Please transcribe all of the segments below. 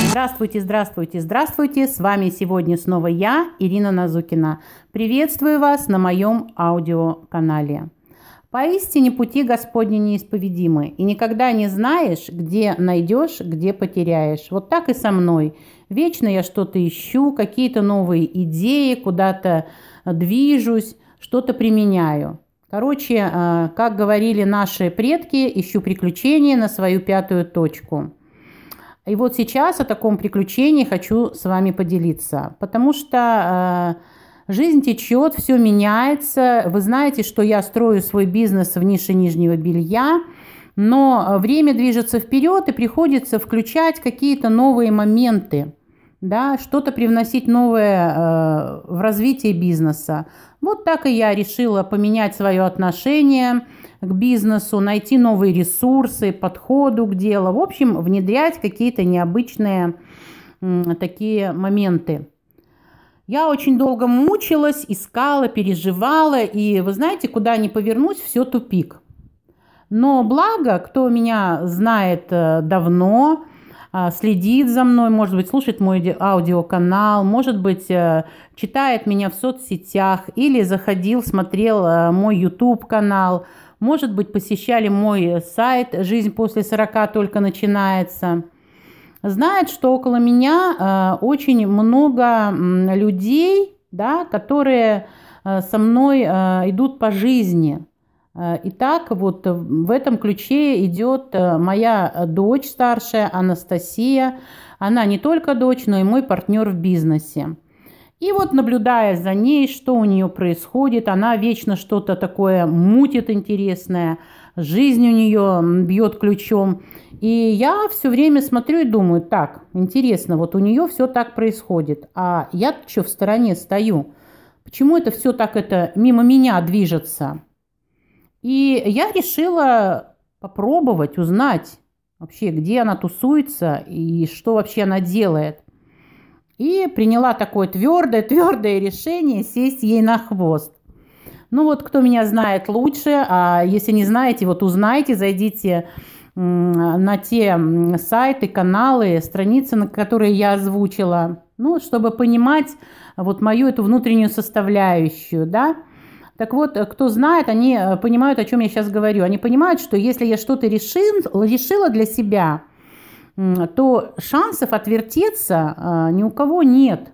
Здравствуйте, здравствуйте, здравствуйте! С вами сегодня снова я, Ирина Назукина. Приветствую вас на моем аудиоканале. Поистине пути Господни неисповедимы, и никогда не знаешь, где найдешь, где потеряешь. Вот так и со мной. Вечно я что-то ищу, какие-то новые идеи, куда-то движусь, что-то применяю. Короче, как говорили наши предки, ищу приключения на свою пятую точку. И вот сейчас о таком приключении хочу с вами поделиться, потому что жизнь течет, все меняется. Вы знаете, что я строю свой бизнес в нише нижнего белья, но время движется вперед, и приходится включать какие-то новые моменты, да, что-то привносить новое в развитие бизнеса. Вот так и я решила поменять свое отношение к бизнесу, найти новые ресурсы, подходу к делу. В общем, внедрять какие-то необычные такие моменты. Я очень долго мучилась, искала, переживала, и вы знаете, куда ни повернусь, все тупик. Но благо, кто меня знает давно, следит за мной, может быть, слушает мой аудиоканал, может быть, читает меня в соцсетях или заходил, смотрел мой YouTube-канал, может быть, посещали мой сайт «Жизнь после 40 только начинается». Знает, что около меня очень много людей, да, которые со мной идут по жизни. Итак, вот в этом ключе идет моя дочь старшая, Анастасия. Она не только дочь, но и мой партнер в бизнесе. И вот, наблюдая за ней, что у нее происходит, она вечно что-то такое мутит интересное, жизнь у нее бьет ключом. И я все время смотрю и думаю, так, интересно, вот у нее все так происходит, а я что в стороне стою? Почему это все так мимо меня движется? И я решила попробовать узнать вообще, где она тусуется и что вообще она делает. И приняла такое твердое решение сесть ей на хвост. Ну вот, кто меня знает лучше, а если не знаете, вот узнайте, зайдите на те сайты, каналы, страницы, на которые я озвучила, ну, чтобы понимать вот мою эту внутреннюю составляющую, да. Так вот, кто знает, они понимают, о чем я сейчас говорю. Они понимают, что если я что-то решила для себя, то шансов отвертеться ни у кого нет.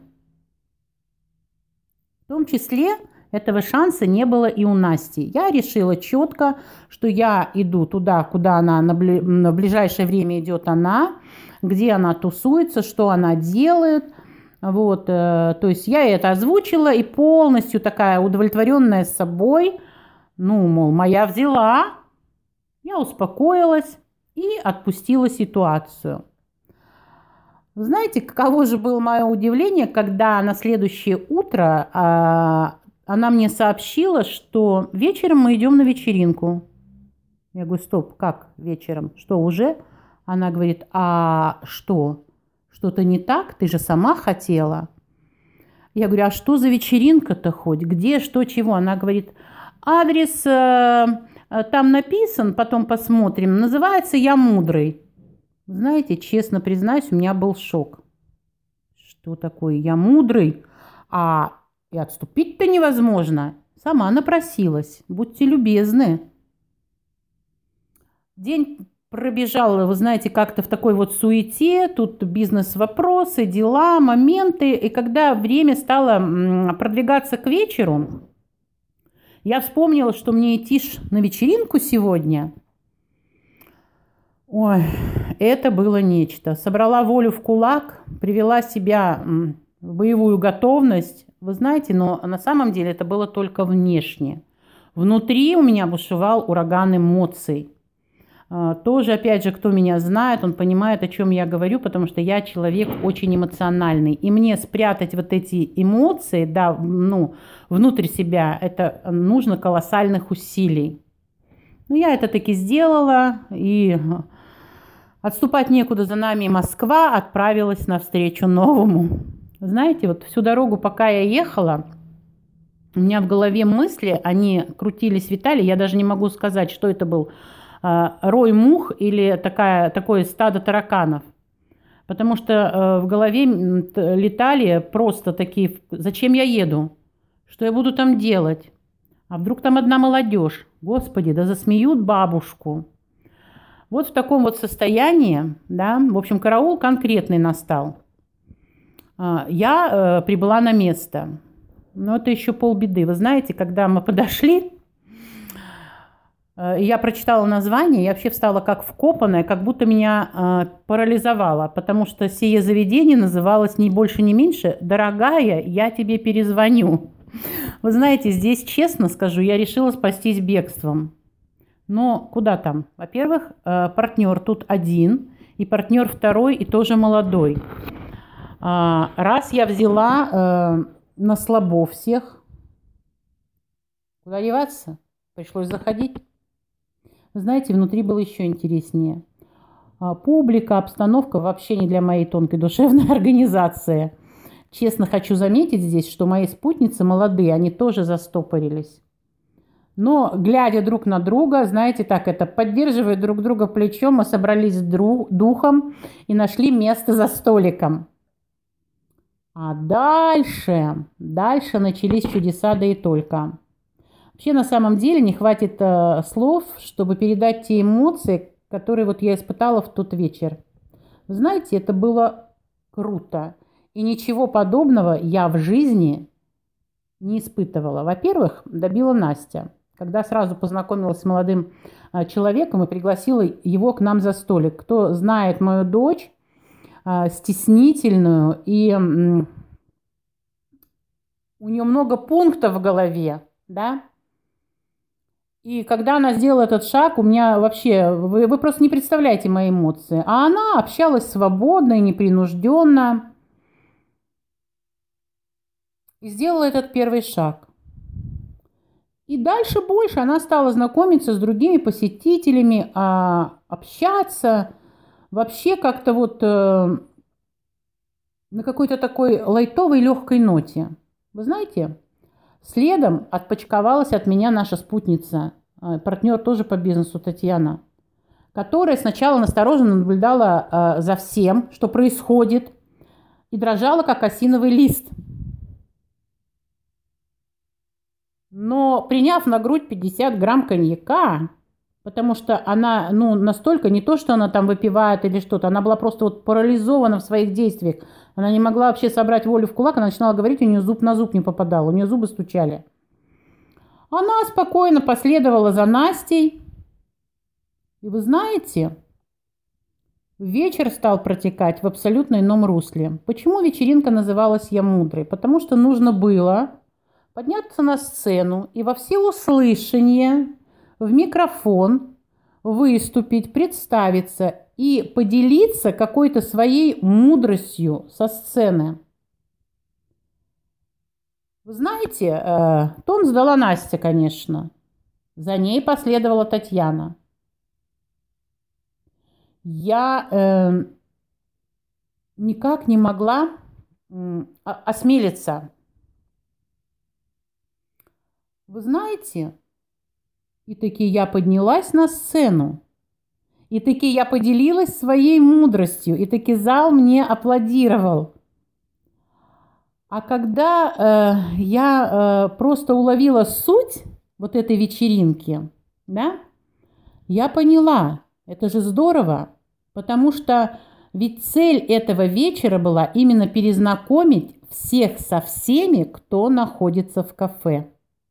В том числе этого шанса не было и у Насти. Я решила четко, что я иду туда, куда она в ближайшее время идет она, где она тусуется, что она делает. Вот, то есть я это озвучила и полностью такая удовлетворенная собой, ну, мол, моя взяла, я успокоилась и отпустила ситуацию. Вы знаете, каково же было мое удивление, когда на следующее утро она мне сообщила, что вечером мы идем на вечеринку. Я говорю, стоп, как вечером? Что, уже? Она говорит, а что? Что-то не так? Ты же сама хотела. Я говорю, а что за вечеринка-то хоть? Где, что, чего? Она говорит, адрес там написан, потом посмотрим. Называется «Я мудрый». Знаете, честно признаюсь, у меня был шок. Что такое «Я мудрый»? А и отступить-то невозможно. Сама напросилась. Будьте любезны. День пробежал, вы знаете, как-то в такой вот суете. Тут бизнес-вопросы, дела, моменты. И когда время стало продвигаться к вечеру, я вспомнила, что мне идти на вечеринку сегодня. Ой, это было нечто. Собрала волю в кулак, привела себя в боевую готовность. Вы знаете, но на самом деле это было только внешне. Внутри у меня бушевал ураган эмоций. Тоже, опять же, кто меня знает, он понимает, о чем я говорю, потому что я человек очень эмоциональный. И мне спрятать вот эти эмоции, да, ну, внутрь себя, это нужно колоссальных усилий. Но я это таки сделала, и отступать некуда, за нами Москва отправилась навстречу новому. Знаете, вот всю дорогу, пока я ехала, у меня в голове мысли, они крутились, витали, я даже не могу сказать, что это был рой мух или такое стадо тараканов. Потому что в голове летали просто такие: зачем я еду? Что я буду там делать? А вдруг там одна молодежь? Господи, да засмеют бабушку. Вот в таком вот состоянии, да, в общем, караул конкретный настал. Я прибыла на место. Но это еще полбеды. Вы знаете, когда мы подошли, я прочитала название, я вообще встала как вкопанная, как будто меня парализовало, потому что сие заведение называлось ни больше, ни меньше «Дорогая, я тебе перезвоню». Вы знаете, здесь, честно скажу, я решила спастись бегством. Но куда там? Во-первых, партнер тут один, и партнер второй, и тоже молодой. Раз я взяла на слабо всех, куда деваться? Пришлось заходить. Вы знаете, внутри было еще интереснее. Публика, обстановка вообще не для моей тонкой душевной организации. Честно хочу заметить здесь, что мои спутницы молодые, они тоже застопорились. Но, глядя друг на друга, знаете, так это, поддерживая друг друга плечом, мы собрались духом и нашли место за столиком. А дальше начались чудеса, да и только. Вообще, на самом деле, не хватит слов, чтобы передать те эмоции, которые вот я испытала в тот вечер. Вы знаете, это было круто. И ничего подобного я в жизни не испытывала. Во-первых, добила Настя, когда сразу познакомилась с молодым человеком и пригласила его к нам за столик. Кто знает мою дочь, стеснительную, и у нее много пунктов в голове, да. И когда она сделала этот шаг, у меня вообще, вы просто не представляете мои эмоции. А она общалась свободно и непринужденно. И сделала этот первый шаг. И дальше больше она стала знакомиться с другими посетителями, общаться. Вообще как-то вот на какой-то такой лайтовой легкой ноте. Вы знаете, следом отпочковалась от меня наша спутница, партнер тоже по бизнесу Татьяна, которая сначала настороженно наблюдала за всем, что происходит, и дрожала, как осиновый лист. Но приняв на грудь 50 грамм коньяка, потому что она, настолько, не то, что она там выпивает или что-то, она была просто вот парализована в своих действиях. Она не могла вообще собрать волю в кулак, она начинала говорить, у нее зуб на зуб не попадал, у нее зубы стучали. Она спокойно последовала за Настей. И вы знаете, вечер стал протекать в абсолютно ином русле. Почему вечеринка называлась «Я мудрый»? Потому что нужно было подняться на сцену и во всеуслышание в микрофон выступить, представиться и поделиться какой-то своей мудростью со сцены. Вы знаете, тон сдала Настя, конечно. За ней последовала Татьяна. Я никак не могла осмелиться. Вы знаете, и таки я поднялась на сцену, и таки я поделилась своей мудростью, и таки зал мне аплодировал. А когда я просто уловила суть вот этой вечеринки, да, я поняла, это же здорово, потому что ведь цель этого вечера была именно перезнакомить всех со всеми, кто находится в кафе.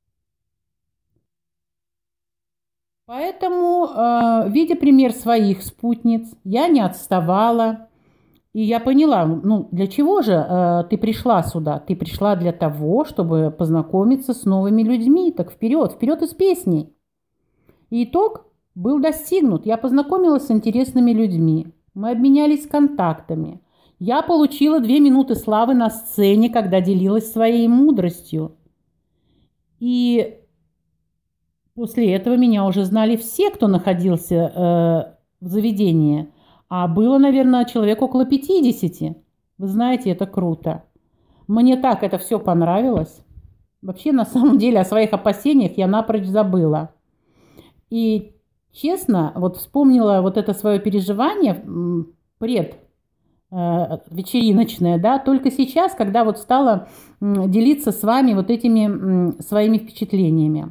Поэтому, видя пример своих спутниц, я не отставала. И я поняла, для чего же ты пришла сюда? Ты пришла для того, чтобы познакомиться с новыми людьми. Так вперед, вперед из песней. И итог был достигнут. Я познакомилась с интересными людьми. Мы обменялись контактами. Я получила 2 минуты славы на сцене, когда делилась своей мудростью. И после этого меня уже знали все, кто находился в заведении. А было, наверное, человек около 50. Вы знаете, это круто. Мне так это все понравилось. Вообще, на самом деле, о своих опасениях я напрочь забыла. И честно, вот вспомнила вот это свое переживание пред вечериночная, да, только сейчас, когда вот стала делиться с вами вот этими своими впечатлениями.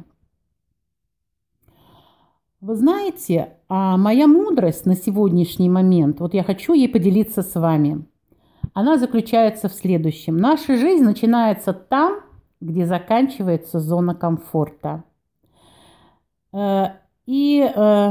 Вы знаете, моя мудрость на сегодняшний момент, вот я хочу ей поделиться с вами, она заключается в следующем. Наша жизнь начинается там, где заканчивается зона комфорта. И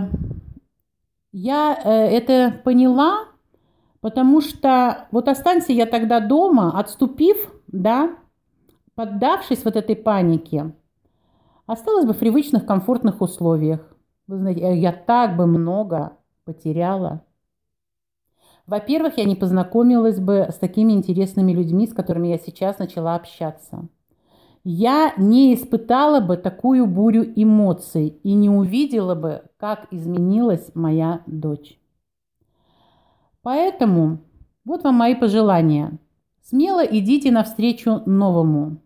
я это поняла, потому что вот останься я тогда дома, отступив, да, поддавшись вот этой панике, осталась бы в привычных комфортных условиях. Вы знаете, я так бы много потеряла. Во-первых, я не познакомилась бы с такими интересными людьми, с которыми я сейчас начала общаться. Я не испытала бы такую бурю эмоций и не увидела бы, как изменилась моя дочь. Поэтому вот вам мои пожелания. Смело идите навстречу новому.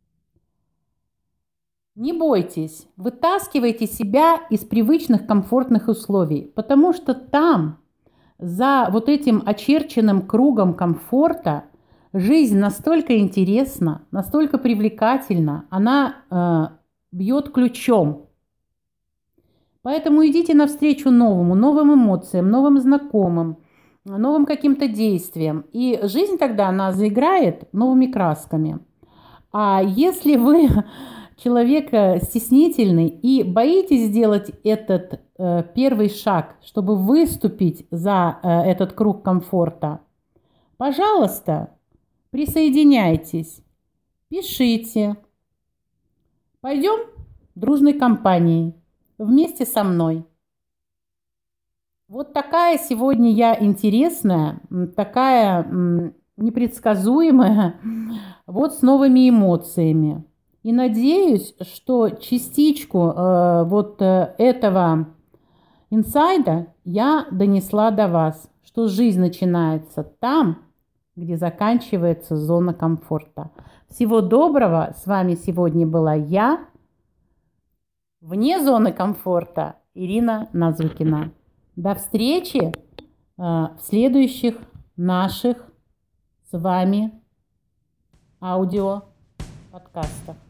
Не бойтесь, вытаскивайте себя из привычных комфортных условий, потому что там, за вот этим очерченным кругом комфорта, жизнь настолько интересна, настолько привлекательна, она бьет ключом. Поэтому идите навстречу новому, новым эмоциям, новым знакомым, новым каким-то действиям. И жизнь тогда, она заиграет новыми красками. А если вы человек стеснительный и боитесь сделать этот первый шаг, чтобы выступить за этот круг комфорта, пожалуйста, присоединяйтесь, пишите. Пойдем дружной компанией вместе со мной. Вот такая сегодня я интересная, такая непредсказуемая, вот с новыми эмоциями. И надеюсь, что частичку этого инсайда я донесла до вас, что жизнь начинается там, где заканчивается зона комфорта. Всего доброго. С вами сегодня была я, вне зоны комфорта, Ирина Назукина. До встречи в следующих наших с вами аудиоподкастах.